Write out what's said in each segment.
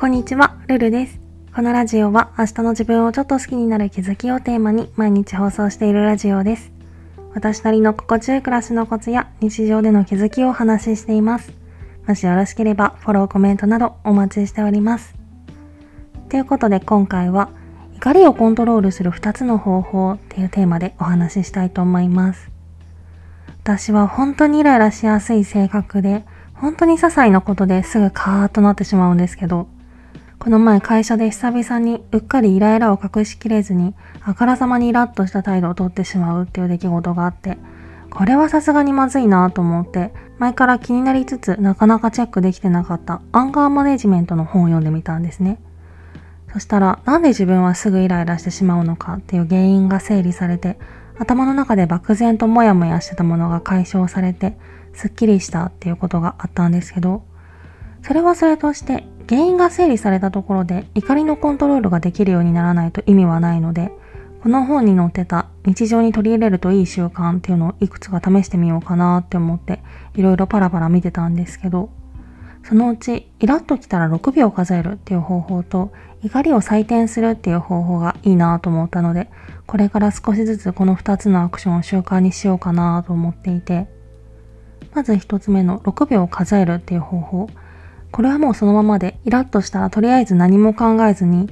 こんにちは、ルルです。このラジオは明日の自分をちょっと好きになる気づきをテーマに毎日放送しているラジオです。私なりの心地よい暮らしのコツや日常での気づきをお話ししています。もしよろしければフォロー、コメントなどお待ちしております。ということで今回は怒りをコントロールする2つの方法っていうテーマでお話ししたいと思います。私は本当にイライラしやすい性格で、本当に些細なことですぐカーッとなってしまうんですけど、この前会社で久々にうっかりイライラを隠しきれずにあからさまにイラッとした態度をとってしまうっていう出来事があって、これはさすがにまずいなと思って前から気になりつつなかなかチェックできてなかったアンガーマネジメントの本を読んでみたんですね。そしたらなんで自分はすぐイライラしてしまうのかっていう原因が整理されて、頭の中で漠然とモヤモヤしてたものが解消されてすっきりしたっていうことがあったんですけど、それはそれとして原因が整理されたところで怒りのコントロールができるようにならないと意味はないので、この本に載ってた日常に取り入れるといい習慣っていうのをいくつか試してみようかなって思っていろいろパラパラ見てたんですけど、そのうちイラッときたら6秒数えるっていう方法と怒りを採点するっていう方法がいいなと思ったので、これから少しずつこの2つのアクションを習慣にしようかなと思っていて、まず1つ目の6秒数えるっていう方法、これはもうそのままでイラッとしたらとりあえず何も考えずに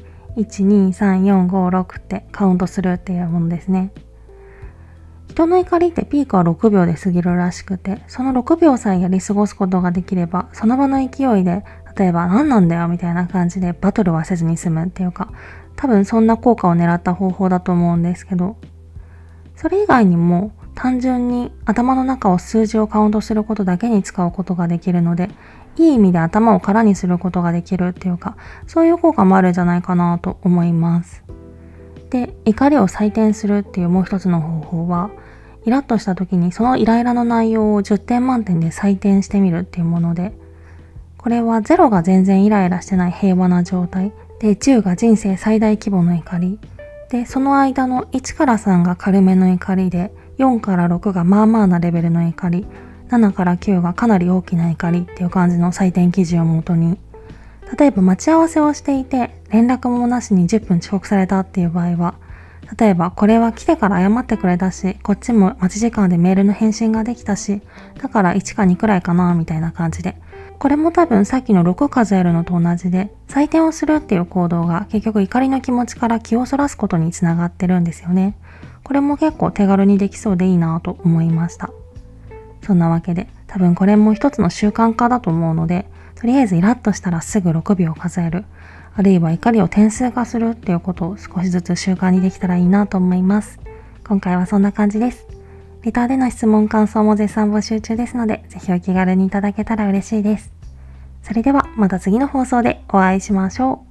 1,2,3,4,5,6 ってカウントするっていうものですね。人の怒りってピークは6秒で過ぎるらしくて、その6秒さえやり過ごすことができれば、その場の勢いで、例えば何なんだよみたいな感じでバトルはせずに済むっていうか、多分そんな効果を狙った方法だと思うんですけど、それ以外にも単純に頭の中を数字をカウントすることだけに使うことができるので、いい意味で頭を空にすることができるっていうか、そういう効果もあるんじゃないかなと思います。で、怒りを採点するっていうもう一つの方法は、イラッとした時にそのイライラの内容を10点満点で採点してみるっていうもので、これは0が全然イライラしてない平和な状態で、10が人生最大規模の怒りで、その間の1から3が軽めの怒りで、4から6がまあまあなレベルの怒り、7から9がかなり大きな怒りっていう感じの採点基準をもとに、例えば待ち合わせをしていて連絡もなしに10分遅刻されたっていう場合は、例えばこれは来てから謝ってくれたし、こっちも待ち時間でメールの返信ができたし、だから1か2くらいかなみたいな感じで、これも多分さっきの6数えるのと同じで、採点をするっていう行動が結局怒りの気持ちから気をそらすことにつながってるんですよね。これも結構手軽にできそうでいいなと思いました。そんなわけで多分これも一つの習慣化だと思うので、とりあえずイラッとしたらすぐ6秒数える、あるいは怒りを点数化するっていうことを少しずつ習慣にできたらいいなと思います。今回はそんな感じです。レターでの質問感想も絶賛募集中ですので、ぜひお気軽にいただけたら嬉しいです。それではまた次の放送でお会いしましょう。